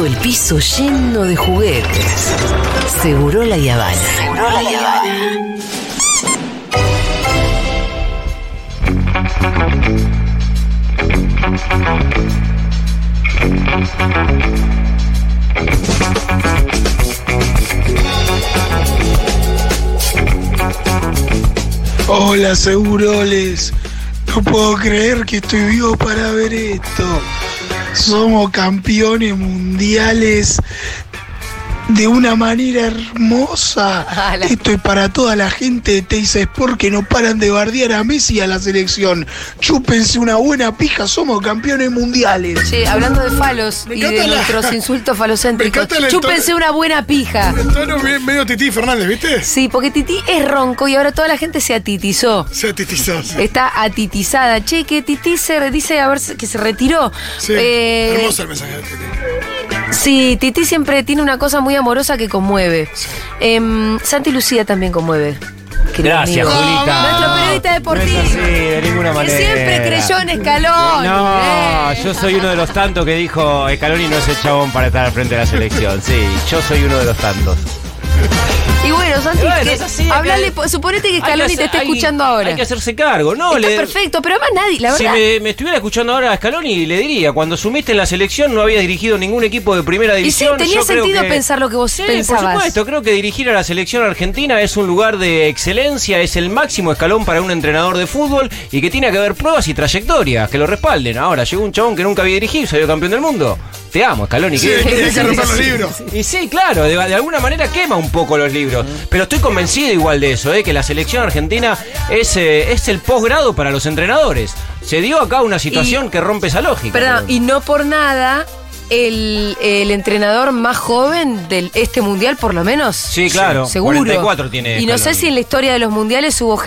el piso lleno de juguetes. Segurola y Habana. Segurola y Habana. Hola, Seguroles. No puedo creer que estoy vivo para ver esto. Somos campeones mundiales de una manera hermosa. Esto es para toda la gente de Teisa Sport que no paran de bardear a Messi y a la selección. Chúpense una buena pija, somos campeones mundiales. Sí, hablando de falos y de nuestros insultos falocéntricos. Chúpense una buena pija. El tono medio Tití Fernández, ¿viste? Sí, porque Tití es ronco y ahora toda la gente se atitizó. Se atitizó. Sí. Está atitizada. Che, que Tití se dice a ver que se retiró. Sí, hermoso el mensaje de Tití. Sí, Tití siempre tiene una cosa muy amorosa que conmueve. Sí. Santi Lucía también conmueve. Gracias, Julita. Nuestro periodista deportivo. No es así, de ninguna manera. Que siempre creyó en Scaloni. No, yo soy uno de los tantos que dijo Scaloni no es el chabón para estar al frente de la selección. Sí, yo soy uno de los tantos. Y bueno, Santi, hablale, suponete que Scaloni te está escuchando ahora. Hay que hacerse cargo, ¿no? Está perfecto, pero además nadie, la verdad. Si me estuviera escuchando ahora a Scaloni, le diría, cuando asumiste en la selección no habías dirigido ningún equipo de primera división. Y sí, tenía sentido pensar lo que vos pensabas. Por supuesto, creo que dirigir a la selección argentina es un lugar de excelencia, es el máximo escalón para un entrenador de fútbol y que tiene que haber pruebas y trayectorias que lo respalden. Ahora, llegó un chabón que nunca había dirigido, salió campeón del mundo. Te amo, Scaloni. Sí, tienes que romper los libros. Y sí, claro, de alguna manera quema un poco los libros. Pero estoy convencido igual de eso, que la selección argentina es el posgrado para los entrenadores. Se dio acá una situación que rompe esa lógica. Perdón, y no por nada el entrenador más joven de este mundial, por lo menos. Sí, claro. Seguro. 44 tiene. Y no sé si en la historia de los mundiales hubo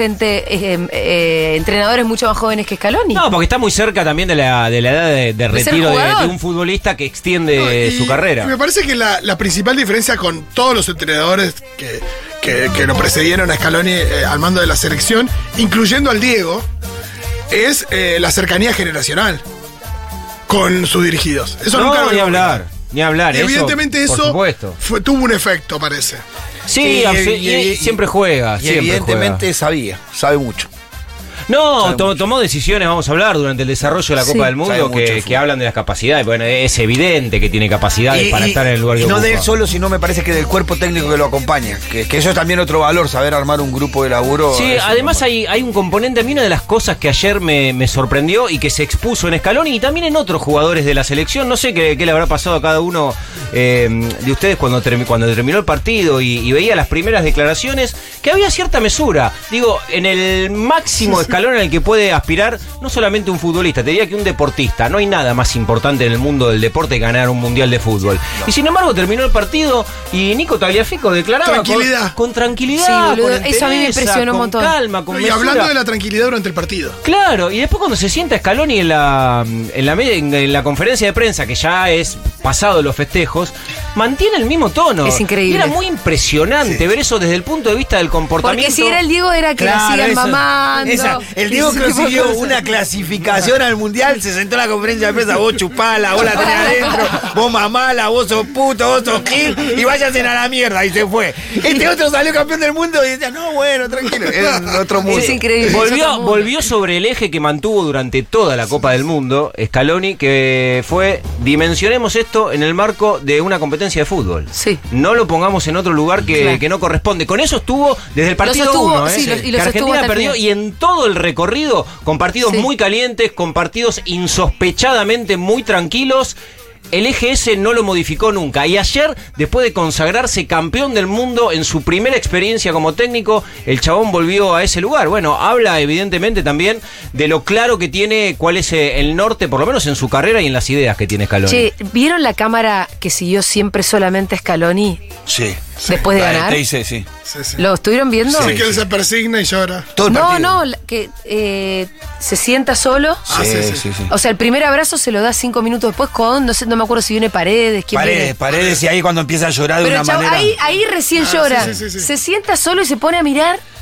gente, entrenadores mucho más jóvenes que Scaloni. No, porque está muy cerca también de la edad de retiro de un futbolista que extiende su carrera. Me parece que la principal diferencia con todos los entrenadores que lo precedieron a Scaloni al mando de la selección, incluyendo al Diego, es la cercanía generacional con sus dirigidos. Eso nunca lo ni hablar. Y evidentemente eso tuvo un efecto, parece. Sí, y siempre juega. Y evidentemente sabe mucho. No, tomó decisiones, vamos a hablar, durante el desarrollo de la Copa del Mundo que hablan de las capacidades. Bueno, es evidente que tiene capacidades para estar en el lugar que ocupa. No de él solo, sino me parece que del cuerpo técnico que lo acompaña. Que eso es también otro valor, saber armar un grupo de laburo. Sí, además hay un componente. A mí una de las cosas que ayer me sorprendió y que se expuso en Scaloni y también en otros jugadores de la selección, no sé qué le habrá pasado a cada uno de ustedes cuando terminó el partido y veía las primeras declaraciones, que había cierta mesura. Digo, en el máximo escalón en el que puede aspirar no solamente un futbolista, te diría que un deportista. No hay nada más importante en el mundo del deporte que ganar un mundial de fútbol. No. Y sin embargo terminó el partido y Nico Tagliafico declaraba con tranquilidad, sí, boludo, con entereza, eso a mí me impresionó un montón. Calma, con mesura. Y hablando de la tranquilidad durante el partido. Claro, y después cuando se sienta Scaloni en la conferencia de prensa, que ya es pasado los festejos, mantiene el mismo tono. Es increíble. Y era muy impresionante ver eso desde el punto de vista del comportamiento. Porque si era el Diego era que la sigan mamando. El Diego consiguió una clasificación al mundial, se sentó en la conferencia de prensa, vos chupala, vos la tenés adentro, vos mamala, vos sos puto, vos sos gil, y váyanse a la mierda, y se fue. Este otro salió campeón del mundo y decía, no, bueno, tranquilo, es otro mundo. Es increíble. Volvió sobre el eje que mantuvo durante toda la Copa del Mundo, Scaloni, que fue, dimensionemos esto en el marco de una competencia de fútbol. Sí. No lo pongamos en otro lugar que no corresponde. Con eso estuvo desde el partido 1, que Argentina perdió, y en todo el recorrido, con partidos muy calientes, con partidos insospechadamente muy tranquilos. El eje ese no lo modificó nunca. Y ayer, después de consagrarse campeón del mundo en su primera experiencia como técnico, el chabón volvió a ese lugar. Bueno, habla evidentemente también de lo claro que tiene cuál es el norte, por lo menos en su carrera y en las ideas que tiene Scaloni. Che, ¿vieron la cámara que siguió siempre solamente Scaloni? Sí. Después de ganar. Sí. ¿Lo estuvieron viendo? Sí, que él se persigna y llora. No, que se sienta solo. Sí. O sea, el primer abrazo se lo da 5 minutos después con, no me acuerdo si viene Paredes. Paredes, y ahí cuando empieza a llorar de una manera. Ahí recién llora. Sí. Se sienta solo y se pone a mirar.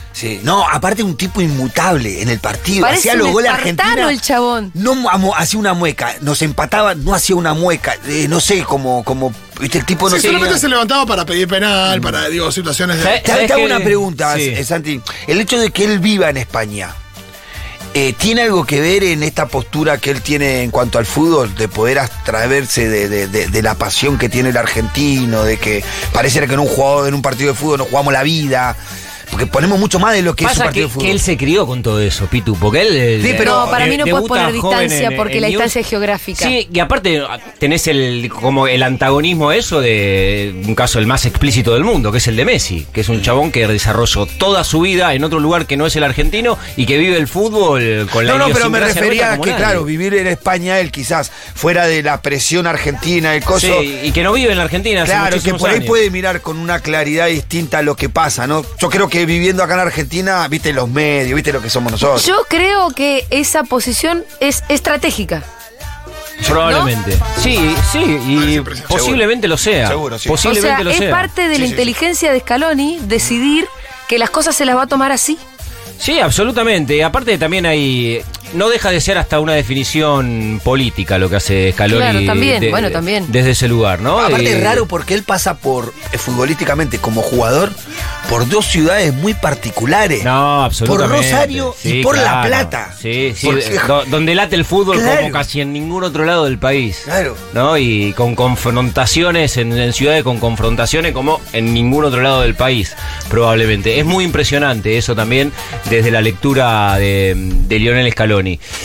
Sí, no, aparte un tipo inmutable en el partido. Parece Hacía los un goles espartano Argentina. el chabón. No hacía una mueca, nos empataba, no hacía una mueca. No sé, como viste, el tipo no Sí, sé. solamente se levantaba para pedir penal, para, digo, situaciones de... ¿Sabes? Te hago que- una pregunta, sí. Santi. El hecho de que él viva en España, ¿tiene algo que ver en esta postura que él tiene en cuanto al fútbol? De poder abstraerse de la pasión que tiene el argentino, de que pareciera que en un partido de fútbol nos jugamos la vida. Porque ponemos mucho más de lo que es un Pasa partido que, de fútbol. que él se crió con todo eso, Pitu, porque él... Sí, pero no, para mí no puedes debuta poner joven distancia porque en la News. distancia es geográfica. Sí, y aparte tenés como el antagonismo a eso de un caso el más explícito del mundo, que es el de Messi, que es un chabón que desarrolló toda su vida en otro lugar que no es el argentino y que vive el fútbol con la No, pero me idiosincrasia refería nuestra a como que, nadie. claro, vivir en España, él quizás fuera de la presión argentina, el coso. Sí, y que no vive en la Argentina hace Claro, que muchísimos por ahí años. puede mirar con una claridad distinta a lo que pasa, ¿no? Yo creo que viviendo acá en Argentina, viste los medios, viste lo que somos nosotros. Yo creo que esa posición es estratégica. Probablemente. Sí, y Parece posiblemente lo sea. Seguro, sí. O Posiblemente sea, lo es sea. parte de la Sí. inteligencia de Scaloni decidir que las cosas se las va a tomar así. Sí, absolutamente. Aparte también hay... No deja de ser hasta una definición política lo que hace Scaloni. Claro, también, bueno, también. Desde ese lugar, ¿no? Aparte es raro porque él pasa por, futbolísticamente como jugador, por dos ciudades muy particulares. No, absolutamente. Por Rosario y por La Plata. Sí, Porque- donde late el fútbol Claro. como casi en ningún otro lado del país. Claro. ¿No? Y con confrontaciones en ciudades con confrontaciones como en ningún otro lado del país, probablemente. Es muy impresionante eso también desde la lectura de Lionel Scaloni.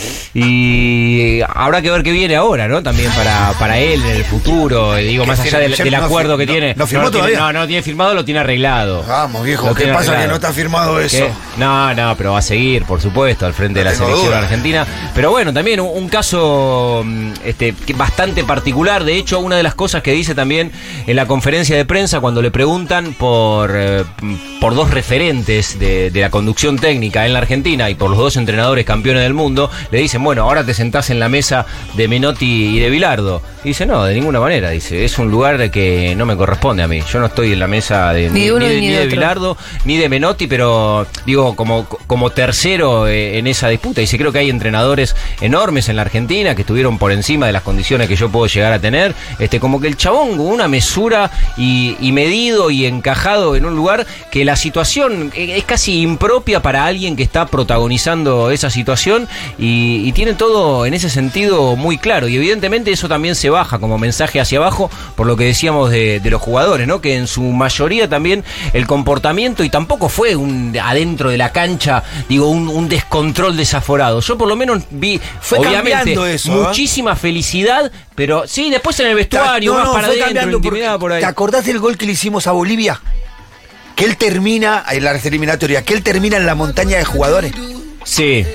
Y habrá que ver qué viene ahora, ¿no? También para él en el futuro, digo, más allá del no acuerdo que no- tiene. no firmó lo tiene- todavía. No, no tiene firmado, lo tiene arreglado. Vamos, viejo, Lo ¿qué tiene pasa arreglado. que no está firmado eso? ¿Qué? No, pero va a seguir, por supuesto, al frente de No la tengo selección duda. argentina. Pero bueno, también un caso bastante particular. De hecho, una de las cosas que dice también en la conferencia de prensa cuando le preguntan por dos referentes de la conducción técnica en la Argentina y por los dos entrenadores campeones del mundo, le dicen, bueno, ahora te sentás en la mesa de Menotti y de Bilardo. Y dice, no, de ninguna manera. Dice, es un lugar que no me corresponde a mí. Yo no estoy en la mesa Ni de uno ni de otro. Bilardo ni de Menotti, pero digo, como tercero en esa disputa. Dice, creo que hay entrenadores enormes en la Argentina que estuvieron por encima de las condiciones que yo puedo llegar a tener. Como que el chabón con una mesura y medido y encajado en un lugar que la situación es casi impropia para alguien que está protagonizando esa situación y tiene todo en ese sentido muy claro. Y evidentemente eso también se baja como mensaje hacia abajo por lo que decíamos de los jugadores, ¿no? Que en su mayoría también el comportamiento, y tampoco fue adentro de la cancha, digo, un descontrol desaforado. Yo por lo menos vi, Fue obviamente, cambiando eso, muchísima felicidad, pero sí, después en el vestuario, más para fue adentro, cambiando porque- intimidad por ahí. ¿Te acordás del gol que le hicimos a Bolivia? Que él termina, en la eliminatoria, que él termina en la montaña de jugadores. Sí.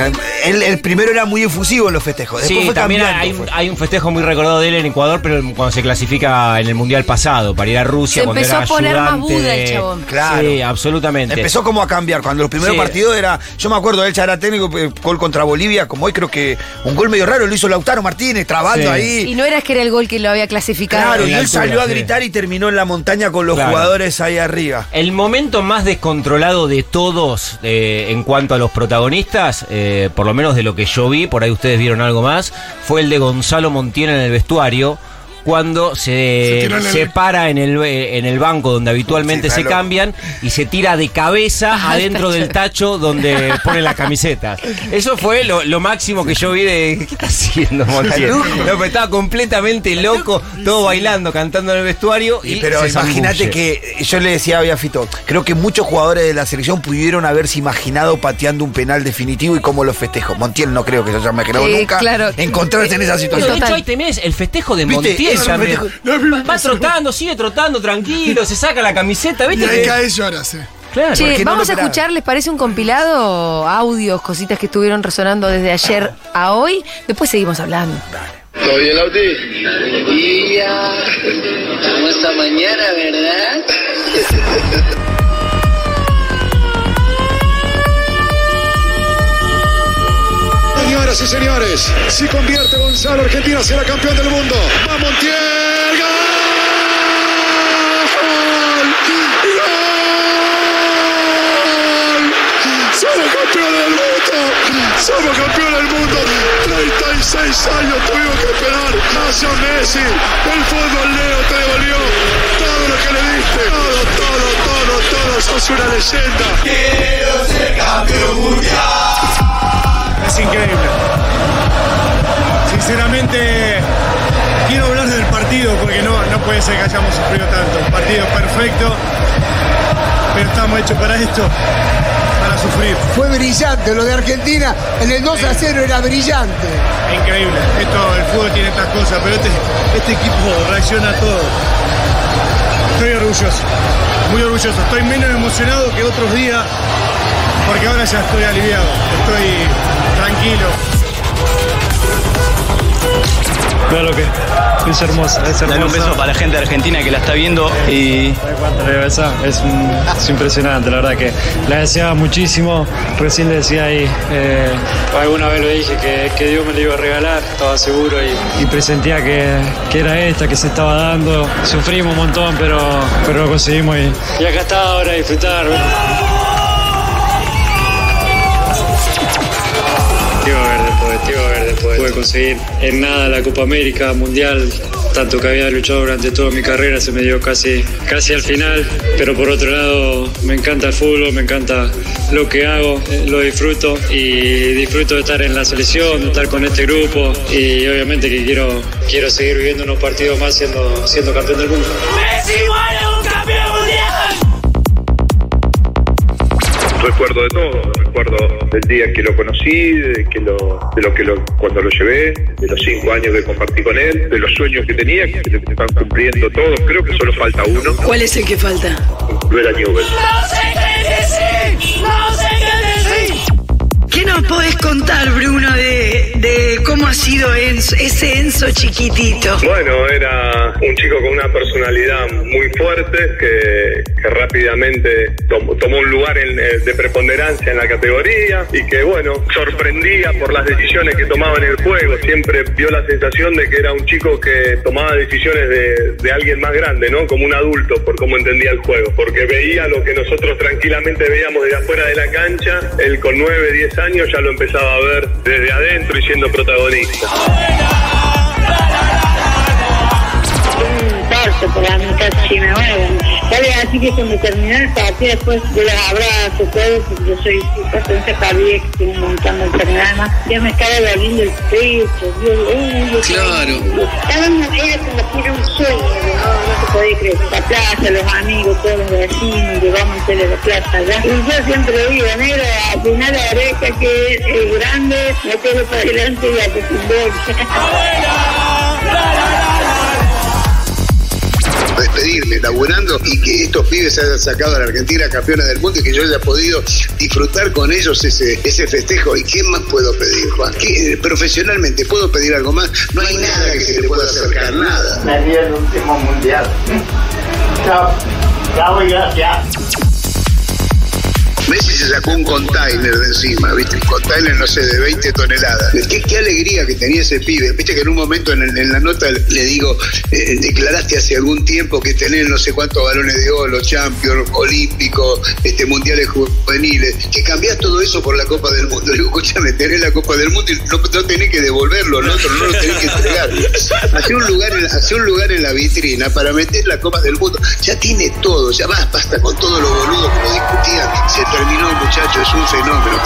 El primero era muy efusivo en los festejos. Después Sí, fue también cambiando, hay un festejo muy recordado de él en Ecuador, pero cuando se clasifica en el Mundial pasado, para ir a Rusia, Se cuando empezó era a poner más ayudante Buda el de- chabón. Claro. Sí, absolutamente. Empezó como a cambiar. Cuando los primeros Sí. partidos era. Yo me acuerdo, él ya era técnico, gol contra Bolivia, como hoy creo que un gol medio raro lo hizo Lautaro Martínez, trabando Sí. ahí. Y no era que era el gol que lo había clasificado. Claro, en y la él altura, salió a sí. gritar y terminó en la montaña con los Claro. jugadores ahí arriba. El momento más descontrolado de todos en cuanto a los protagonistas, por lo menos de lo que yo vi, por ahí ustedes vieron algo más, fue el de Gonzalo Montiel en el vestuario, cuando se tiró en el- para en el banco donde habitualmente Sí, se está loco. cambian y se tira de cabeza adentro del tacho donde pone la camiseta. Eso fue lo máximo que yo vi de... ¿Qué está haciendo Montiel? Está loco. No, pero estaba completamente loco, todo bailando, cantando en el vestuario. Y Pero se imagínate zambulle. que yo le decía a Biafito, creo que muchos jugadores de la selección pudieron haberse imaginado pateando un penal definitivo y cómo lo festejó. Montiel no creo que se haya imaginado nunca claro. encontrarse en esa Pero situación. de hecho Total. ahí tenés el festejo de ¿Viste? Montiel Es un también. festejo. Va trotando, sigue trotando tranquilo, se saca la camiseta, Y ¿viste? ahí que- cae y llora, sí. Claro. Che, porque no vamos lo a esperaba. escuchar, ¿les parece un compilado? Audios, cositas que estuvieron resonando desde ayer a hoy. Después seguimos hablando. ¿Todo bien, Lauti? Y ya, como esta mañana, ¿verdad? Señoras y señores, si convierte Gonzalo, Argentina será campeón del mundo. ¡Va Montiel! ¡Gol! ¡Gol! años tuvimos que esperar. Gracias Messi, el fútbol Leo te devolvió todo lo que le diste. Todo, sos una leyenda. Quiero ser campeón mundial. Es increíble. Sinceramente, quiero hablar del partido porque no puede ser que hayamos sufrido tanto. Un partido perfecto, pero estamos hechos para esto, para sufrir. Fue brillante lo de Argentina, en el 2-0 era brillante. Increíble, el fútbol tiene estas cosas, pero este equipo reacciona a todo. Estoy orgulloso, muy orgulloso. Estoy menos emocionado que otros días, porque ahora ya estoy aliviado, estoy tranquilo. Veo lo que es hermosa, es hermosa. Dale un beso para la gente de Argentina que la está viendo y... Es impresionante, la verdad que la deseaba muchísimo. Recién le decía ahí, alguna vez lo dije, que Dios me lo iba a regalar, estaba seguro y presentía que era esta, que se estaba dando. Sufrimos un montón, pero lo conseguimos y acá está ahora a disfrutar. Te iba a ver después. Pude conseguir en nada la Copa América, Mundial, tanto que había luchado durante toda mi carrera, se me dio casi al final, pero por otro lado me encanta el fútbol, me encanta lo que hago, lo disfruto y disfruto de estar en la selección, de estar con este grupo y obviamente que quiero seguir viviendo unos partidos más siendo campeón del mundo. ¡Messi igual un campeón mundial! Recuerdo de todo, recuerdo del día que lo conocí, cuando lo llevé, de los 5 años que compartí con él, de los sueños que tenía, que se están cumpliendo todos, creo que solo falta uno. ¿Cuál es el que falta? Ver a Newell. ¡No sé qué decir! ¡No sé qué decir! ¿Qué nos podés contar, Bruno, de cómo ha sido ese Enzo chiquitito? Bueno, era un chico con una personalidad muy fuerte que rápidamente tomó un lugar de preponderancia en la categoría y que, bueno, sorprendía por las decisiones que tomaba en el juego. Siempre dio la sensación de que era un chico que tomaba decisiones de alguien más grande, ¿no? Como un adulto, por cómo entendía el juego. Porque veía lo que nosotros tranquilamente veíamos desde afuera de la cancha. Él con 9, 10 años ya lo empezaba a ver desde adentro y siendo protagonista. Por la mitad casi me mueven. Así que cuando terminó el partido, después de los abrazos, todo, porque yo soy bastante cardíaca, que tengo un montón de enfermedades más, ya me estaba doliendo el pecho. Claro. Era como que era un sueño, no se podía creer. La plaza, los amigos, todos los vecinos, llevamos a la plaza allá. Y yo siempre digo, negro, afinar la oreja que es grande, meterlo para adelante y a despedirme, laburando y que estos pibes se hayan sacado a la Argentina campeona del mundo y que yo haya podido disfrutar con ellos ese festejo. ¿Y qué más puedo pedir, Juan? Profesionalmente, ¿puedo pedir algo más? No hay nada que se le pueda acercar, nada. Me dio el último mundial. Chao. Chao y gracias. Messi se sacó un container de encima, ¿viste? Un container, no sé, de 20 toneladas. Qué alegría que tenía ese pibe. Viste que en un momento en la nota le digo, declaraste hace algún tiempo que tenés no sé cuántos balones de oro, Champions, Olímpicos, mundiales juveniles, que cambiás todo eso por la Copa del Mundo. Le digo, escúchame, tenés la Copa del Mundo y no tenés que devolverlo, no lo tenés que entregar. Hacé un lugar en la vitrina para meter la Copa del Mundo. Ya tiene todo, ya basta con todos los boludos que lo discutían. Se terminó, muchachos, es un fenómeno.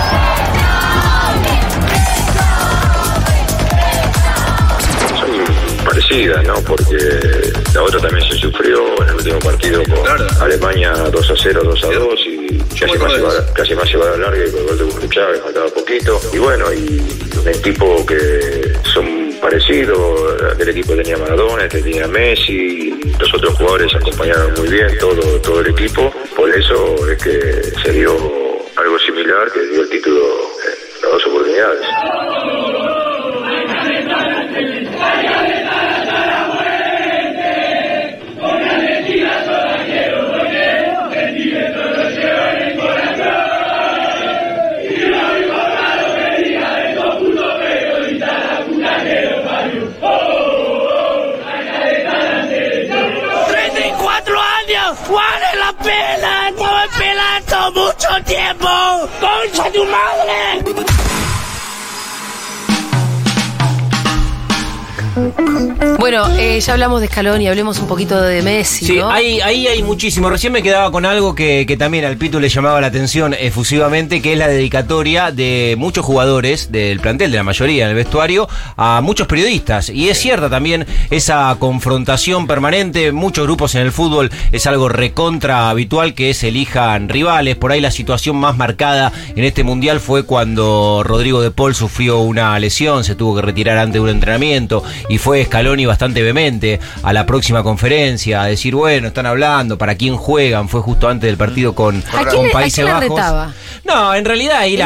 Son parecidas, ¿no? Porque la otra también se sufrió en el último partido con Alemania 2-0, 2-2 y casi más llevada larga y con el gol de Hugo Chávez, faltaba poquito. Y bueno, y un equipo que son parecidos, aquel equipo tenía Maradona, tenía Messi, los otros jugadores acompañaron muy bien todo el equipo, por eso es que se dio algo similar, que dio el título en las 2 oportunidades. ¡Vale la pena! ¡Estuve pelando mucho tiempo! ¡Concha tu madre! Bueno, ya hablamos de Scaloni, hablemos un poquito de Messi, Sí, ¿no? ahí hay muchísimo. Recién me quedaba con algo que también al Pitu le llamaba la atención efusivamente, que es la dedicatoria de muchos jugadores del plantel, de la mayoría en el vestuario, a muchos periodistas. Y es cierta también esa confrontación permanente. Muchos grupos en el fútbol es algo recontra habitual que se elijan rivales. Por ahí la situación más marcada en este mundial fue cuando Rodrigo de Paul sufrió una lesión, se tuvo que retirar antes de un entrenamiento y fue Scaloni bastante vehemente a la próxima conferencia a decir, bueno, están hablando, ¿para quién juegan? Fue justo antes del partido con Países Bajos. Retaba? No, en realidad ahí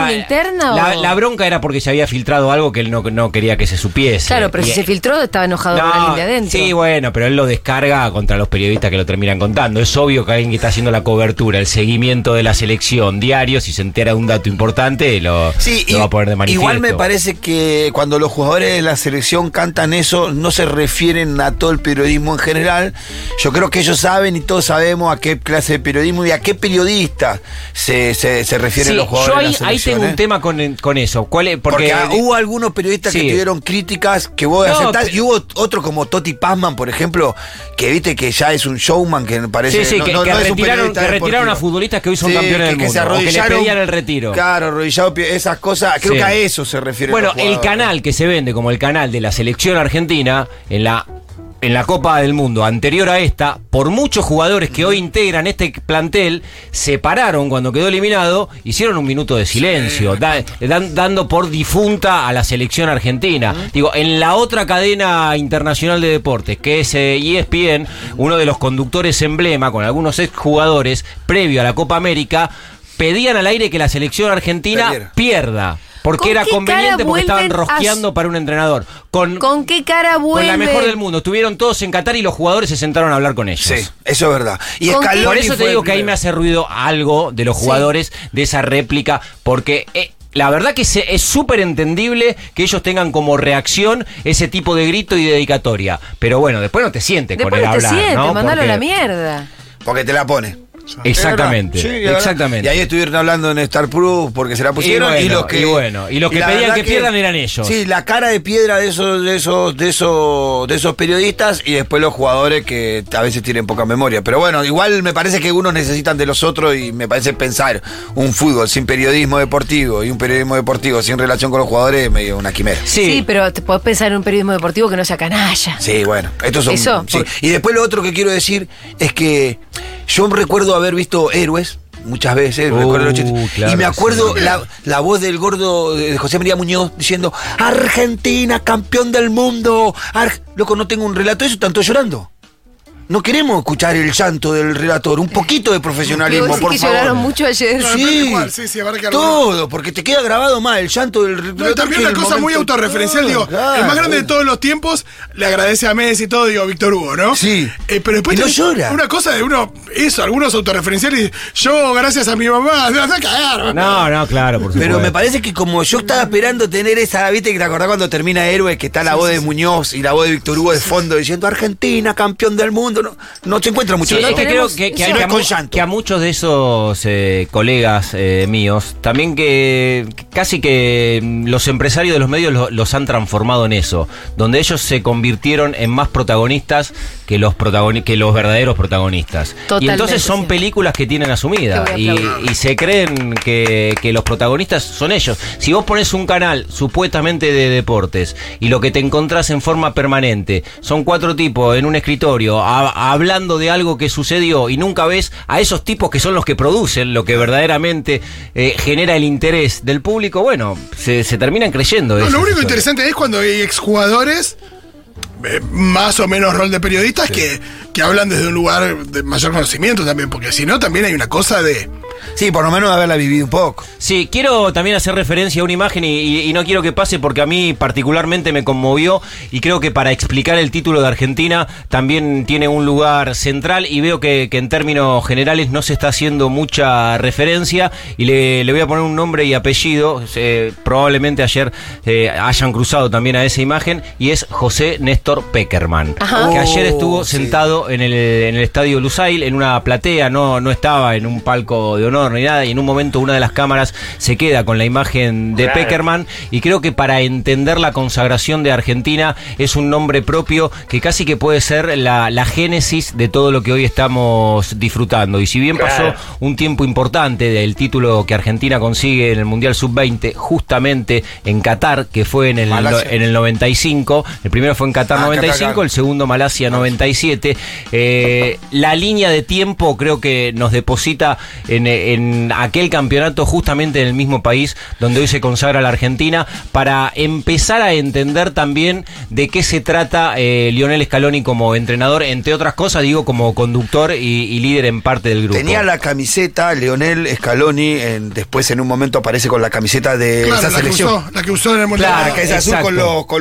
la bronca era porque se había filtrado algo que él no quería que se supiese. Claro, pero si se filtró estaba enojado con alguien de adentro. Sí, bueno, pero él lo descarga contra los periodistas que lo terminan contando. Es obvio que alguien que está haciendo la cobertura, el seguimiento de la selección diario, si se entera de un dato importante, lo va a poner de manifiesto. Igual me parece que cuando los jugadores de la selección cantan eso, no se refieren a todo el periodismo en general. Yo creo que ellos saben y todos sabemos a qué clase de periodismo y a qué periodista se refieren los jugadores de la selección. Ahí tengo un tema con eso. ¿Cuál es? Porque hubo algunos periodistas que tuvieron críticas que vos aceptás, y hubo otro como Totti Pazman, por ejemplo, que viste que ya es un showman, que parece que retiraron a futbolistas que hoy son campeones del mundo, o que le pedían el retiro. Claro, arrodillado, esas cosas, creo que a eso se refiere. Bueno, el canal que se vende como el canal de la selección argentina en la Copa del Mundo anterior a esta, por muchos jugadores que hoy integran este plantel, se pararon cuando quedó eliminado, hicieron un minuto de silencio, dando por difunta a la selección argentina. Digo, en la otra cadena internacional de deportes, que es ESPN, uno de los conductores emblema, con algunos exjugadores, previo a la Copa América, pedían al aire que la selección argentina pierda. Porque era conveniente, porque estaban rosqueando para un entrenador. ¿Con qué cara vuelven? Con la mejor del mundo. Estuvieron todos en Qatar y los jugadores se sentaron a hablar con ellos. Sí, eso es verdad. Y por eso te digo que ahí me hace ruido algo de los jugadores de esa réplica, porque la verdad que es súper entendible que ellos tengan como reacción ese tipo de grito y dedicatoria. Pero bueno, después no te sientes con el hablar, ¿no? Mandalo a la mierda. Porque te la pone. Exactamente, exactamente. Y ahí estuvieron hablando en Star Plus porque se la pusieron y los que pedían que pierdan eran ellos. Sí, la cara de piedra de esos periodistas y después los jugadores que a veces tienen poca memoria. Pero bueno, igual me parece que unos necesitan de los otros y me parece pensar un fútbol sin periodismo deportivo y un periodismo deportivo sin relación con los jugadores es medio una quimera. Sí, pero te podés pensar en un periodismo deportivo que no sea canalla. Sí, bueno, estos son. Sí. Y después lo otro que quiero decir es que yo recuerdo haber visto Héroes muchas veces, claro, y me acuerdo la voz del gordo de José María Muñoz diciendo Argentina, campeón del mundo. Loco, no tengo un relato de eso, están todos llorando. No queremos escuchar el llanto del relator, un poquito de profesionalismo, por favor. Que lloraron mucho ayer. Sí, todo, porque te queda grabado más el llanto del relator. No, también una cosa muy autorreferencial, digo, el más grande de todos los tiempos le agradece a Messi y todo, digo, Víctor Hugo, ¿no? Sí. Pero después no llora. Una cosa de algunos autorreferenciales, yo gracias a mi mamá, me vas a cagar. No, claro, por supuesto. Pero me parece que como yo estaba esperando tener esa, viste que te acordás cuando termina Héroes, que está la voz de Muñoz y la voz de Víctor Hugo de fondo diciendo Argentina, campeón del mundo. No se encuentra mucho. Sí, yo creo que a muchos de esos colegas míos, también que casi que los empresarios de los medios los han transformado en eso, donde ellos se convirtieron en más protagonistas que los verdaderos protagonistas. Totalmente, y entonces son películas que tienen asumida y se creen que los protagonistas son ellos. Si vos pones un canal supuestamente de deportes y lo que te encontrás en forma permanente son 4 tipos en un escritorio hablando de algo que sucedió y nunca ves a esos tipos que son los que producen lo que verdaderamente genera el interés del público, bueno, se terminan creyendo. Lo único interesante es cuando hay exjugadores más o menos rol de periodistas que hablan desde un lugar de mayor conocimiento también, porque si no también hay una cosa de... Sí, por lo menos haberla vivido un poco. Sí, quiero también hacer referencia a una imagen y no quiero que pase porque a mí particularmente me conmovió y creo que para explicar el título de Argentina también tiene un lugar central y veo que en términos generales no se está haciendo mucha referencia y le voy a poner un nombre y apellido, probablemente ayer hayan cruzado también a esa imagen y es José Néstor Pekerman, que ayer estuvo sentado en el estadio Lusail en una platea, no estaba en un palco de honor ni nada, y en un momento una de las cámaras se queda con la imagen de Pekerman, y creo que para entender la consagración de Argentina es un nombre propio que casi que puede ser la génesis de todo lo que hoy estamos disfrutando. Y si bien pasó un tiempo importante del título que Argentina consigue en el Mundial Sub-20, justamente en Qatar, que fue en el 95, el primero fue en Qatar 95, el segundo Malasia 97, la línea de tiempo creo que nos deposita en aquel campeonato justamente en el mismo país donde hoy se consagra la Argentina, para empezar a entender también de qué se trata Lionel Scaloni como entrenador, entre otras cosas, digo, como conductor y líder en parte del grupo. Tenía la camiseta Lionel Scaloni, después en un momento aparece con la camiseta de esa selección. La que usó en el Mundial. Claro, que es azul con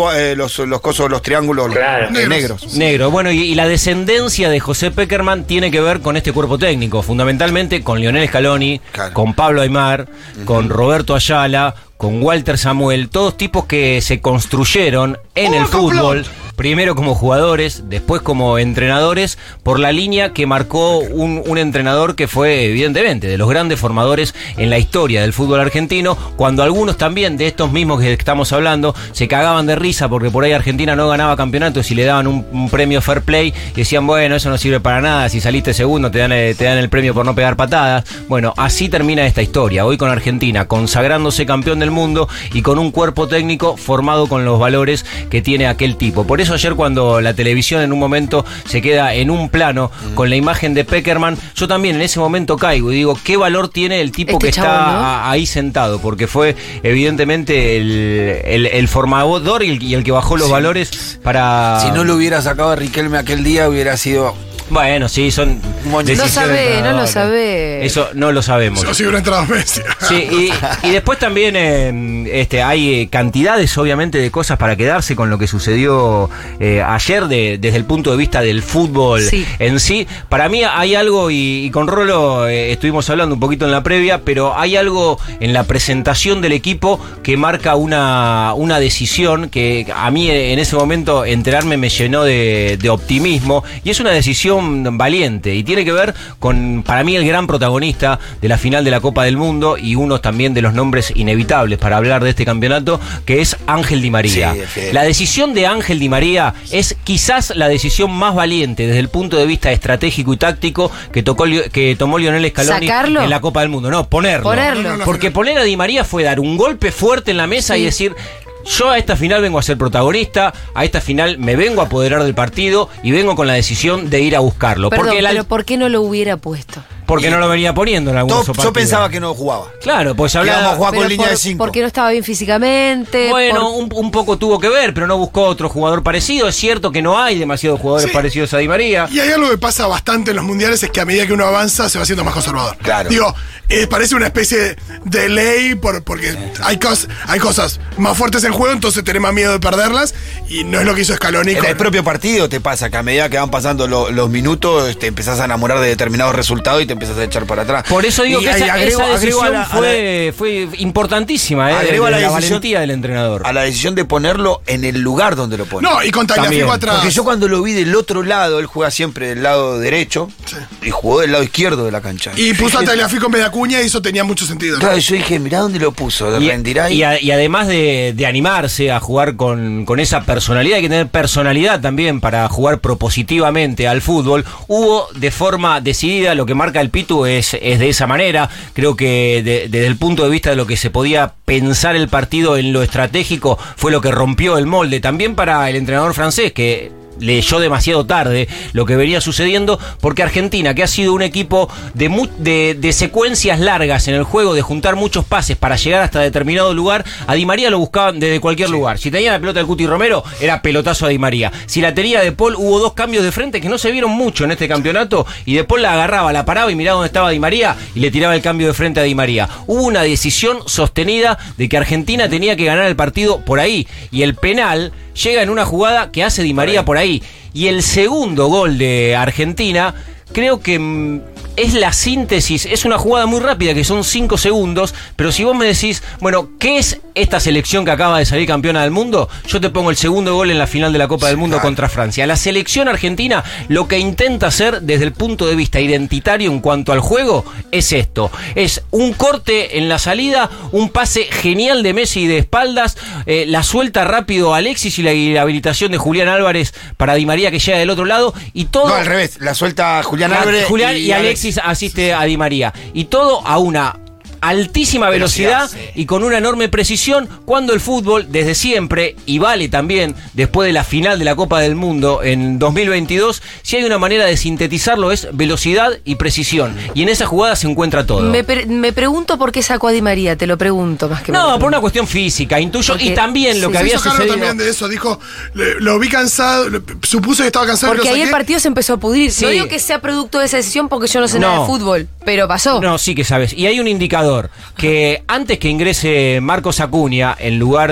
los cosos, los triángulos negros. Negro. Bueno, y la descendencia de José Pekerman tiene que ver con este cuerpo técnico, fundamentalmente con Lionel Scaloni, con Pablo Aimar, con Roberto Ayala, con Walter Samuel, todos tipos que se construyeron en el fútbol, primero como jugadores, después como entrenadores, por la línea que marcó un entrenador que fue evidentemente de los grandes formadores en la historia del fútbol argentino, cuando algunos también de estos mismos que estamos hablando se cagaban de risa porque por ahí Argentina no ganaba campeonatos y le daban un premio fair play y decían, bueno, eso no sirve para nada, si saliste segundo te dan el premio por no pegar patadas. Bueno, así termina esta historia, hoy con Argentina consagrándose campeón del mundo y con un cuerpo técnico formado con los valores que tiene aquel tipo. Por eso ayer, cuando la televisión en un momento se queda en un plano con la imagen de Pekerman, yo también en ese momento caigo y digo, ¿qué valor tiene el tipo que chabón, está ahí sentado? Porque fue evidentemente el formador y el que bajó los valores para... Si no lo hubiera sacado a Riquelme aquel día, hubiera sido... Bueno, sí, son decisiones. No lo sabe. Eso no lo sabemos. Yo sí hubiera entrado Messi. Sí, y después también hay cantidades, obviamente, de cosas para quedarse con lo que sucedió ayer desde el punto de vista del fútbol en sí. Para mí hay algo, y con Rolo estuvimos hablando un poquito en la previa, pero hay algo en la presentación del equipo que marca una decisión que a mí en ese momento enterarme me llenó de optimismo, y es una decisión valiente y tiene que ver con, para mí, el gran protagonista de la final de la Copa del Mundo y uno también de los nombres inevitables para hablar de este campeonato, que es Ángel Di María. La decisión de Ángel Di María es quizás la decisión más valiente desde el punto de vista estratégico y táctico que tomó Lionel Scaloni en la Copa del Mundo. No, ponerlo. Porque poner a Di María fue dar un golpe fuerte en la mesa y decir... Yo a esta final vengo a ser protagonista, a esta final me vengo a apoderar del partido y vengo con la decisión de ir a buscarlo. Perdón, pero ¿por qué no lo hubiera puesto? Porque no lo venía poniendo en algunos partidos. Yo pensaba que no jugaba. Claro, pues hablaba jugar con línea de 5. Porque no estaba bien físicamente. Bueno, un poco tuvo que ver, pero no buscó otro jugador parecido. Es cierto que no hay demasiados jugadores parecidos a Di María. Y hay algo que pasa bastante en los mundiales, es que a medida que uno avanza se va haciendo más conservador. Claro. Digo, parece una especie de ley porque hay cosas más fuertes en juego, entonces tenés más miedo de perderlas, y no es lo que hizo Scaloni. En el propio partido te pasa que a medida que van pasando los minutos te empezás a enamorar de determinados resultados y te empiezas a echar para atrás. Por eso digo que esa decisión fue importantísima, la valentía del entrenador. A la decisión de ponerlo en el lugar donde lo pone. No, y con Tagliafico atrás. Porque yo cuando lo vi del otro lado, él juega siempre del lado derecho, y jugó del lado izquierdo de la cancha. Y puso a Tagliafico en vez de Acuña, y eso tenía mucho sentido, ¿no? Claro, yo dije, mirá dónde lo puso, rendirá ahí. Y además de animarse a jugar con esa personalidad, hay que tener personalidad también para jugar propositivamente al fútbol. Hubo de forma decidida, lo que marca el Pitu es de esa manera. Creo que desde el punto de vista de lo que se podía pensar el partido en lo estratégico, fue lo que rompió el molde. También para el entrenador francés, que leyó demasiado tarde lo que venía sucediendo, porque Argentina, que ha sido un equipo de secuencias largas en el juego, de juntar muchos pases para llegar hasta determinado lugar, a Di María lo buscaban desde cualquier lugar. Si tenía la pelota del Cuti Romero, era pelotazo a Di María. Si la tenía De Paul, hubo 2 cambios de frente que no se vieron mucho en este campeonato, y De Paul la agarraba, la paraba y miraba dónde estaba Di María y le tiraba el cambio de frente a Di María. Hubo una decisión sostenida de que Argentina tenía que ganar el partido por ahí, y el penal llega en una jugada que hace Di María por ahí. Y el segundo gol de Argentina creo que es la síntesis, es una jugada muy rápida que son 5 segundos, pero si vos me decís, bueno, ¿qué es esta selección que acaba de salir campeona del mundo? Yo te pongo el segundo gol en la final de la Copa del Mundo contra Francia. La selección argentina lo que intenta hacer desde el punto de vista identitario en cuanto al juego es esto, es un corte en la salida, un pase genial de Messi de espaldas, la suelta rápido a Alexis y la habilitación de Julián Álvarez para Di María que llega del otro lado y todo... No, al revés, la suelta Julián Álvarez y Alexis asiste a Di María. Y todo a una altísima velocidad y con una enorme precisión, cuando el fútbol desde siempre, y vale también después de la final de la Copa del Mundo en 2022, si hay una manera de sintetizarlo es velocidad y precisión, y en esa jugada se encuentra todo. Me pregunto por qué sacó a Di María, te lo pregunto más que no, por una cuestión física, intuyo, porque, y también lo que había sucedido también de eso, dijo, lo vi cansado, supuso que estaba cansado. Porque ahí el partido se empezó a pudrir. No digo que sea producto de esa decisión porque yo no sé nada de fútbol, pero pasó. No, sí que sabes, y hay un indicador que antes que ingrese Marcos Acuña en lugar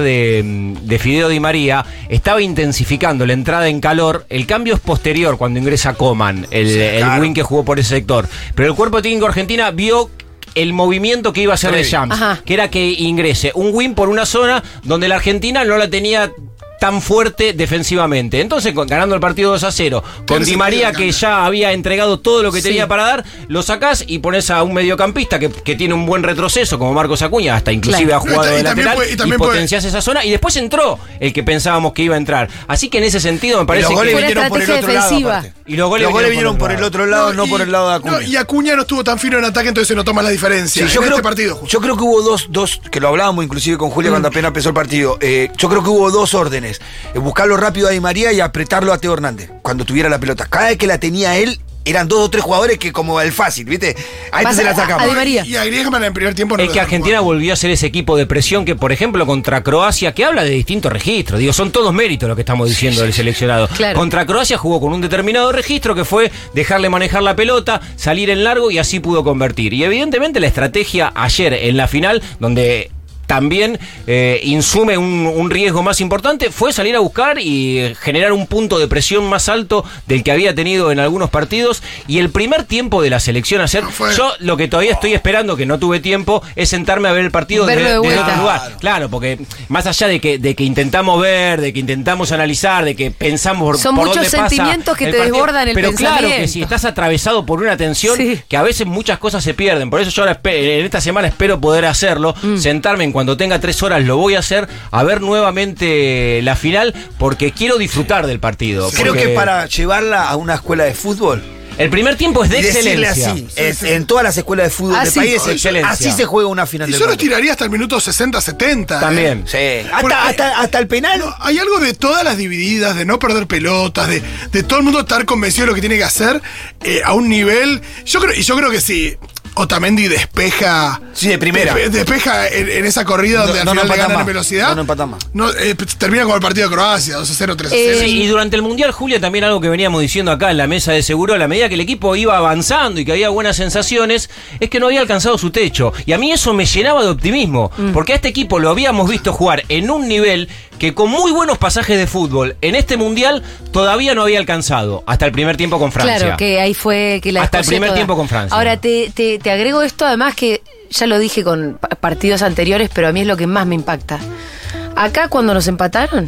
de Fideo Di María, estaba intensificando la entrada en calor. El cambio es posterior cuando ingresa Coman, el wing que jugó por ese sector, pero el cuerpo técnico Argentina vio el movimiento que iba a hacer de Shams, que era que ingrese un wing por una zona donde la Argentina no la tenía tan fuerte defensivamente. Entonces, ganando el partido 2-0, con Di María que ya había entregado todo lo que tenía para dar, lo sacás y pones a un mediocampista que tiene un buen retroceso, como Marcos Acuña, hasta inclusive ha jugado de lateral, y potenciás esa zona, y después entró el que pensábamos que iba a entrar. Así que en ese sentido me parece que... los goles vinieron por el otro lado. Y los goles vinieron por el otro lado, no por el lado de Acuña. Y Acuña no estuvo tan fino en ataque, entonces se notó más la diferencia. Sí, yo creo que hubo dos, que lo hablábamos inclusive con Julia cuando apenas empezó el partido. Yo creo que hubo dos órdenes. Buscarlo rápido a Di María y apretarlo a Teo Hernández cuando tuviera la pelota. Cada vez que la tenía él, eran 2 o 3 jugadores que como el fácil, ¿viste? A este se la sacamos. A Di María. Y a Griezmann en el primer tiempo no. Es que Argentina volvió a ser ese equipo de presión que, por ejemplo, contra Croacia, que habla de distintos registros. Digo, son todos méritos lo que estamos diciendo del seleccionado. Claro. Contra Croacia jugó con un determinado registro que fue dejarle manejar la pelota, salir en largo y así pudo convertir. Y evidentemente la estrategia ayer en la final, donde también insume un riesgo más importante, fue salir a buscar y generar un punto de presión más alto del que había tenido en algunos partidos. Y el primer tiempo de la selección ayer, yo lo que todavía estoy esperando, que no tuve tiempo, es sentarme a ver el partido desde otro lugar. Claro, porque más allá de que intentamos ver, de que intentamos analizar, de que pensamos son por muchos dónde pasa sentimientos que el te partido, desbordan el pero pensamiento. claro que si estás atravesado por una tensión, que a veces muchas cosas se pierden. Por eso yo ahora en esta semana espero poder hacerlo, sentarme en cuando tenga 3 horas lo voy a hacer, a ver nuevamente la final, porque quiero disfrutar del partido. Creo que para llevarla a una escuela de fútbol, el primer tiempo es de excelencia. Así, en todas las escuelas de fútbol del país es excelencia. Así se juega una final del mundo. Y yo lo tiraría hasta el minuto 60-70. También. Sí. Hasta el penal. No, hay algo de todas las divididas, de no perder pelotas, de todo el mundo estar convencido de lo que tiene que hacer a un nivel. Yo creo que sí. Otamendi despeja. Sí, de primera. Despeja en esa corrida donde al final le ganan en velocidad. No empatan más. Termina como el partido de Croacia, 2-0, 3-0. Sí, y durante el Mundial, Julia, también algo que veníamos diciendo acá en la mesa de seguro, a la medida que el equipo iba avanzando y que había buenas sensaciones, es que no había alcanzado su techo. Y a mí eso me llenaba de optimismo, porque a este equipo lo habíamos visto jugar en un nivel que con muy buenos pasajes de fútbol en este Mundial todavía no había alcanzado, hasta el primer tiempo con Francia. Claro, que ahí fue que la hasta el primer tiempo con Francia. Ahora te agrego esto, además que ya lo dije con partidos anteriores, pero a mí es lo que más me impacta. Acá cuando nos empataron,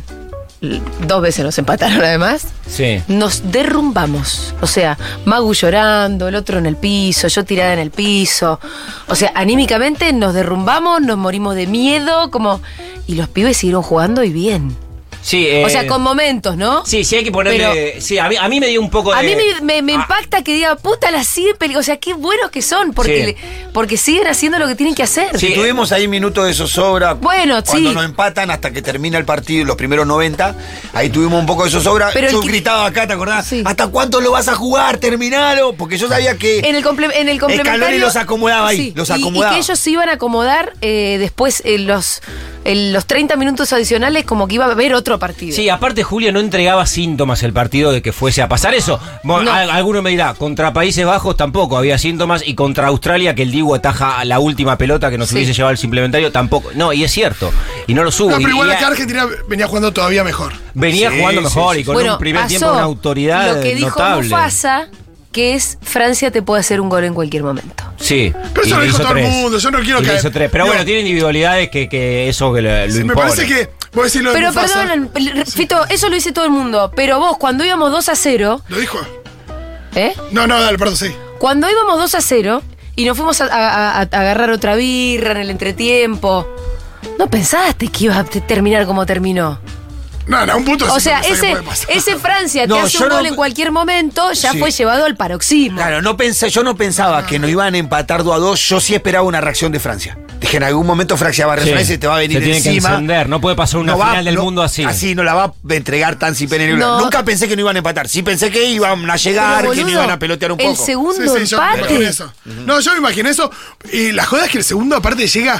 2 veces nos empataron además, nos derrumbamos. O sea, Magu llorando, el otro en el piso, yo tirada en el piso. O sea, anímicamente nos derrumbamos, nos morimos de miedo, y los pibes siguieron jugando y bien. Sí, o sea, con momentos, ¿no? Sí, hay que ponerle... Pero, sí, a mí me dio un poco de... A mí me impacta que diga, puta, la siguen peligrosas. O sea, qué buenos que son, porque siguen haciendo lo que tienen que hacer. Sí, tuvimos ahí minutos de zozobra. Bueno, cuando nos empatan hasta que termina el partido, los primeros 90, ahí tuvimos un poco de zozobra. Pero yo gritaba acá, ¿te acordás? Sí. ¿Hasta cuánto lo vas a jugar? Terminalo. Porque yo sabía que en el complementario Scaloni los acomodaba ahí, los acomodaba. Y que ellos se iban a acomodar después los 30 minutos adicionales, como que iba a haber otro partido. Sí, aparte Julia no entregaba síntomas el partido de que fuese a pasar eso. Bueno, alguno me dirá, contra Países Bajos tampoco había síntomas, y contra Australia, que el Dibu ataja la última pelota que nos hubiese llevado el suplementario, tampoco. No, y es cierto, y no lo subo. No, pero igual acá Argentina venía jugando todavía mejor. Venía jugando mejor y con un primer tiempo una autoridad lo que dijo notable. Mufasa, que es Francia te puede hacer un gol en cualquier momento. Sí. Pero eso lo dijo todo el mundo, yo no quiero que... hizo 3. Pero bueno, tiene individualidades que eso que lo impone. Me parece que... Vos decís lo de Pero Mufasa. perdón, Fito, eso lo dice todo el mundo. Pero vos, cuando íbamos 2-0... ¿Lo dijo? ¿Eh? No, dale, perdón, sí. Cuando íbamos 2-0 y nos fuimos a agarrar otra birra en el entretiempo, ¿no pensaste que iba a terminar como terminó? No, un punto. O sea, ese Francia te hace un gol en cualquier momento, ya fue llevado al paroxismo. Claro, yo no pensaba que nos iban a empatar 2-2, yo sí esperaba una reacción de Francia. Dije, en algún momento Francia va a reaccionar y se te va a venir encima. Se tiene que encender, no puede pasar una final del mundo así. Así no la va a entregar tan sin pena ni gloria. Nunca pensé que no iban a empatar, sí pensé que iban a llegar, pero, boludo, que no iban a pelotear un poco. El segundo empate. No, yo me imaginé eso. Y la joda es que el segundo aparte llega...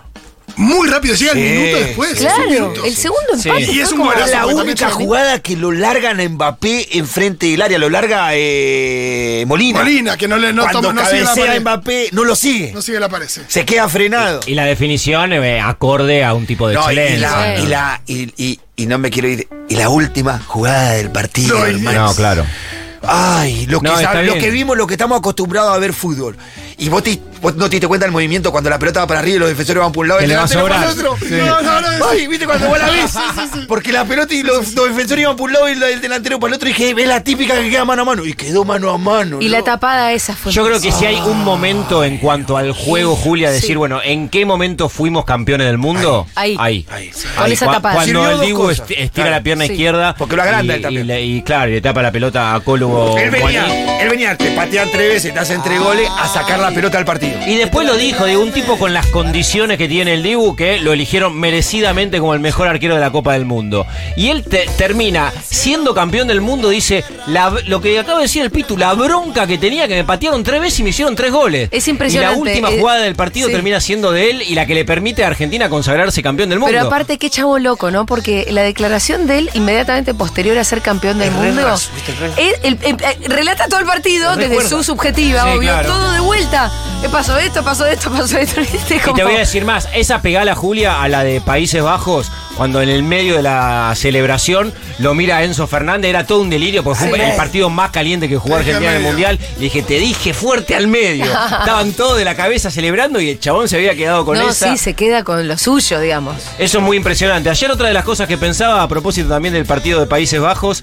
muy rápido, llega el minuto después. Claro, el segundo empate. Y es un golazo. La única jugada que lo largan a Mbappé enfrente del área, lo larga Molina. Molina, que no cuando cabecea a Mbappé, no lo sigue. No sigue la pared. Se queda frenado. Y la definición acorde a un tipo de excelencia. Y no me quiero ir. Y la última jugada del partido, hermano. No, claro. Ay, lo que vimos, lo que estamos acostumbrados a ver fútbol. Y vos no te diste cuenta del movimiento cuando la pelota va para arriba y los defensores van por un lado y el delantero para el otro. Sí. No. Ay, ¿viste cuando vos la ves? Porque la pelota y los defensores iban por un lado y el delantero para el otro. Y dije, es la típica que queda mano a mano. Y quedó mano a mano. Y la tapada esa fue. Yo creo que si hay un momento en cuanto al juego, Julia, decir, bueno, ¿en qué momento fuimos campeones del mundo? Ahí. Con esa tapada. Cuando el Dibu estira la pierna izquierda. Porque lo agranda él también. Y claro, y le tapa la pelota a Colo. Él venía, te patean 3 veces, te hacen 3 goles a sacar la pelota al partido. Y después lo dijo, de un tipo con las condiciones que tiene el Dibu, que lo eligieron merecidamente como el mejor arquero de la Copa del Mundo. Y él termina siendo campeón del mundo, dice, lo que acaba de decir el Pitu, la bronca que tenía, que me patearon 3 veces y me hicieron 3 goles. Es impresionante. Y la última jugada del partido termina siendo de él y la que le permite a Argentina consagrarse campeón del mundo. Pero aparte, qué chavo loco, ¿no? Porque la declaración de él, inmediatamente posterior a ser campeón del mundo, relata todo el partido desde su subjetiva, obvio, claro. Todo de vuelta. Pasó esto. ¿Viste? Y te voy a decir más, esa pegala, Julia, a la de Países Bajos, cuando en el medio de la celebración lo mira Enzo Fernández, era todo un delirio, porque fue el partido más caliente que jugó Argentina en el Mundial. Y dije, te dije fuerte al medio. Estaban todos de la cabeza celebrando y el chabón se había quedado con esa. No, sí, se queda con lo suyo, digamos. Eso es muy impresionante. Ayer otra de las cosas que pensaba, a propósito también del partido de Países Bajos,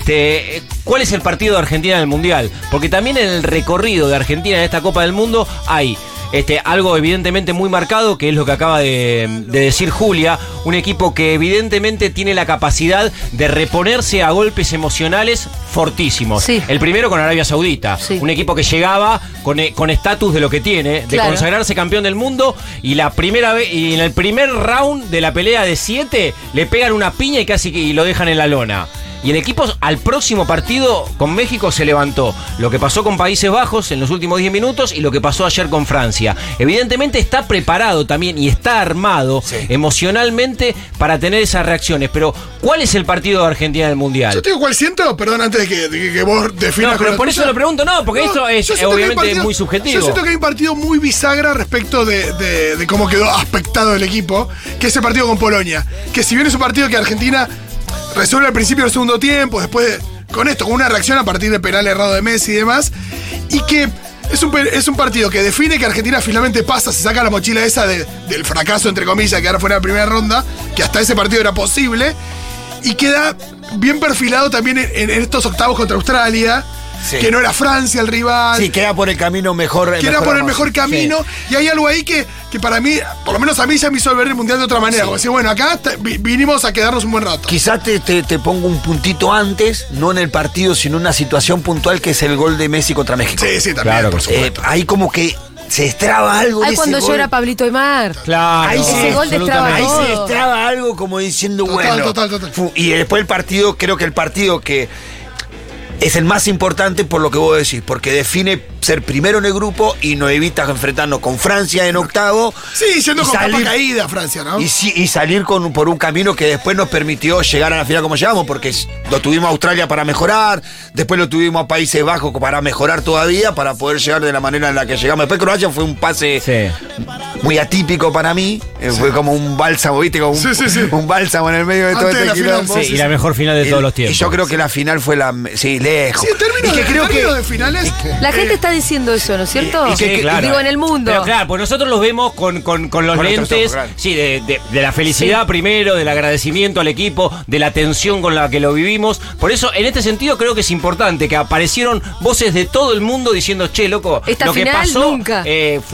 ¿cuál es el partido de Argentina en el Mundial? Porque también en el recorrido de Argentina en esta Copa del Mundo hay algo evidentemente muy marcado, que es lo que acaba de decir Julia, un equipo que evidentemente tiene la capacidad de reponerse a golpes emocionales fortísimos. Sí. El primero con Arabia Saudita, un equipo que llegaba con estatus de lo que tiene, de consagrarse campeón del mundo, y la primera vez, y en el primer round de la pelea de 7 le pegan una piña y casi lo dejan en la lona. Y el equipo al próximo partido con México se levantó. Lo que pasó con Países Bajos en los últimos 10 minutos y lo que pasó ayer con Francia. Evidentemente está preparado también y está armado emocionalmente para tener esas reacciones. Pero, ¿cuál es el partido de Argentina en el Mundial? Yo te digo cuál siento, perdón, antes de que vos definas. No, pero por eso lo pregunto, porque esto es obviamente muy subjetivo. Yo siento que hay un partido muy bisagra respecto de cómo quedó aspectado el equipo, que es el partido con Polonia. Que si bien es un partido que Argentina resuelve al principio del segundo tiempo, después con una reacción a partir del penal errado de Messi y demás, y que es un partido que define que Argentina finalmente pasa, se saca la mochila esa del fracaso, entre comillas, que ahora fuera la primera ronda, que hasta ese partido era posible, y queda bien perfilado también en estos octavos contra Australia. Sí. Que no era Francia el rival. Sí, queda por el camino mejor. Queda por el mejor camino. Sí. Y hay algo ahí que para mí, por lo menos a mí, ya me hizo ver el Mundial de otra manera. Como decir, bueno, acá vinimos a quedarnos un buen rato. Quizás te pongo un puntito antes, no en el partido, sino en una situación puntual que es el gol de Messi contra México. Sí, también. Claro, por supuesto. Ahí como que se destraba algo. Ay, cuando llora Pablito Aimar. Claro. Ahí ese gol destraba todo. Ahí se destraba algo como diciendo, Total. Y después el partido, creo que el partido que es el más importante por lo que vos decís, porque define ser primero en el grupo y nos evita enfrentarnos con Francia en octavo. Sí, yendo con capa caída Francia, ¿no? Y salir por un camino que después nos permitió llegar a la final como llegamos, porque lo tuvimos a Australia para mejorar, después lo tuvimos a Países Bajos para mejorar todavía, para poder llegar de la manera en la que llegamos. Después Croacia fue un pase muy atípico para mí, fue como un bálsamo, ¿viste? Como un bálsamo en el medio de todo este quilombo. Y la mejor final de todos los tiempos. Y yo creo que la final fue la lejos. Sí, en términos de finales. La gente está diciendo eso, ¿no es cierto? Sí, claro. Digo, en el mundo. Pero claro, pues nosotros los vemos con los lentes, claro. sí, de la felicidad primero, del agradecimiento al equipo, de la tensión con la que lo vivimos. Por eso, en este sentido, creo que es importante que aparecieron voces de todo el mundo diciendo, che, loco, esta lo que final pasó nunca.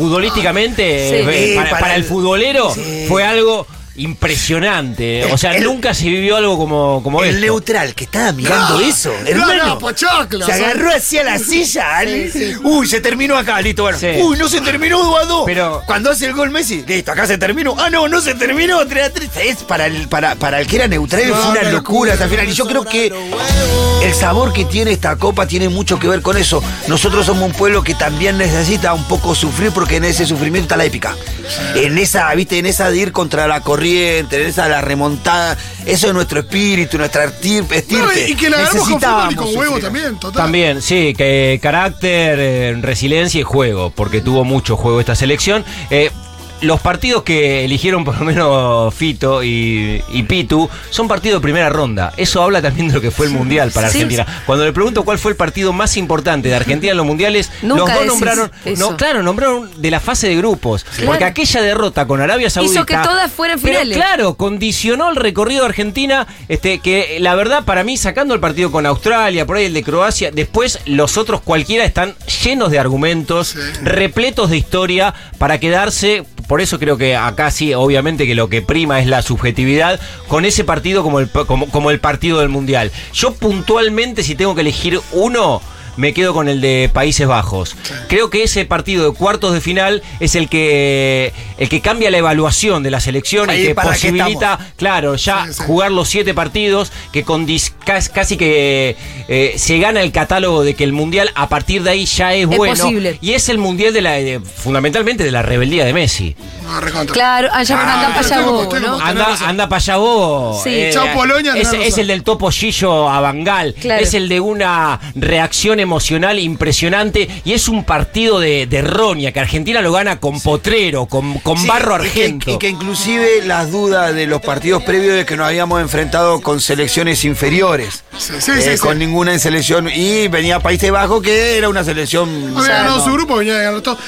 Futbolísticamente, para el futbolero, fue algo impresionante. O sea, nunca se vivió algo como el esto. neutral que estaba mirando eso, hermano. Pochoclo, se agarró hacia la silla. Sí. Uy, se terminó acá, listo, bueno. Sí. Uy, no se terminó 2-2. Pero cuando hace el gol Messi, listo, acá se terminó. Ah, no se terminó 3-3. Es para el que era neutral, fue una locura hasta el final. Y yo creo que el sabor que tiene esta copa tiene mucho que ver con eso. Nosotros somos un pueblo que también necesita un poco sufrir, porque en ese sufrimiento está la épica. En esa, viste, en esa de ir contra la corriente, en esa de la remontada, eso es nuestro espíritu, nuestra estirpe. Y que la hagamos con fútbol y con huevo también, total. También, sí, que carácter, resiliencia y juego, porque tuvo mucho juego esta selección. Los partidos que eligieron por lo menos Fito y Pitu son partidos de primera ronda. Eso habla también de lo que fue el Mundial para Argentina. Cuando le pregunto cuál fue el partido más importante de Argentina en los Mundiales, los dos nombraron, nombraron de la fase de grupos. Claro. Porque aquella derrota con Arabia Saudita hizo que todas fueran finales. Pero claro, condicionó el recorrido de Argentina, que la verdad para mí, sacando el partido con Australia, por ahí el de Croacia, después los otros cualquiera están llenos de argumentos, repletos de historia para quedarse. Por eso creo que acá sí, obviamente que lo que prima es la subjetividad, con ese partido como el partido del Mundial. Yo puntualmente, si tengo que elegir uno, me quedo con el de Países Bajos. Creo que ese partido de cuartos de final es el que cambia la evaluación de la selección y que posibilita, claro, ya jugar los 7 partidos, que casi que se gana el catálogo de que el Mundial a partir de ahí ya es bueno. Posible. Y es el Mundial fundamentalmente de la rebeldía de Messi. Claro, anda para allá vos, ¿no? Anda para allá vos. Sí. Chau Polonia. Es el del Topo Gillo a Bangal. Claro. Es el de una reacción emocional impresionante. Y es un partido de roña, que Argentina lo gana con potrero, con barro argento. Y que inclusive las dudas de los partidos previos de que nos habíamos enfrentado con selecciones inferiores. Con ninguna en selección. Y venía Países Bajos, que era una selección. Había ganado su grupo, venía ganando todo.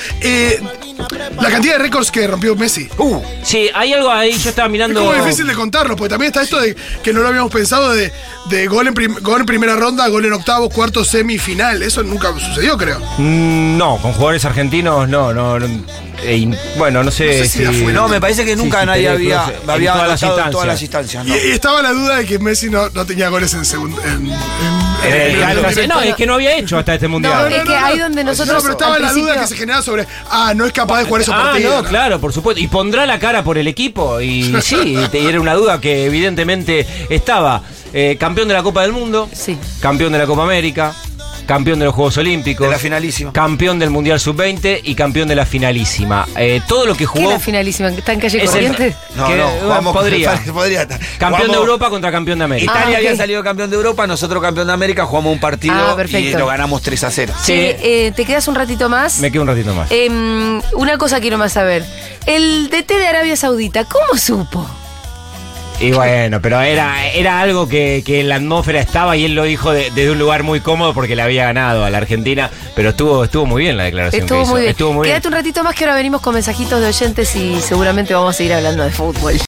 La cantidad de récords que rompió Messi. Sí, hay algo ahí, yo estaba mirando. Es como difícil de contarlo, porque también está esto de que no lo habíamos pensado de gol en primera ronda, gol en octavos, cuartos, semifinal. Eso nunca sucedió, creo. No, con jugadores argentinos no. Bueno, no sé si. No, me parece que nunca nadie había anotado en todas las instancias. ¿No? Y estaba la duda de que Messi no tenía goles en segundo. No, es que no había hecho hasta este Mundial. No, es que ahí donde nosotros. No, pero estaba la duda que se generaba sobre. No es capaz de jugar esos partidos. No, claro, por supuesto. Y pondrá la cara por el equipo. Y sí, era una duda que evidentemente estaba. Campeón de la Copa del Mundo. Sí. Campeón de la Copa América. Campeón de los Juegos Olímpicos. De la finalísima. Campeón del Mundial Sub-20 y campeón de la finalísima. Todo lo que jugó. ¿Qué es la finalísima? ¿Está en calle Corrientes? Podría campeón jugamos, de Europa contra campeón de América. Italia había salido campeón de Europa, nosotros campeón de América, jugamos un partido y lo ganamos 3-0. Sí. ¿Te quedas un ratito más? Me quedo un ratito más. Una cosa quiero más saber. El DT de Arabia Saudita, ¿cómo supo? Y bueno, pero era algo que en la atmósfera estaba, y él lo dijo desde un lugar muy cómodo porque le había ganado a la Argentina, pero estuvo muy bien la declaración que hizo. Estuvo muy bien. Quédate un ratito más, que ahora venimos con mensajitos de oyentes y seguramente vamos a seguir hablando de fútbol.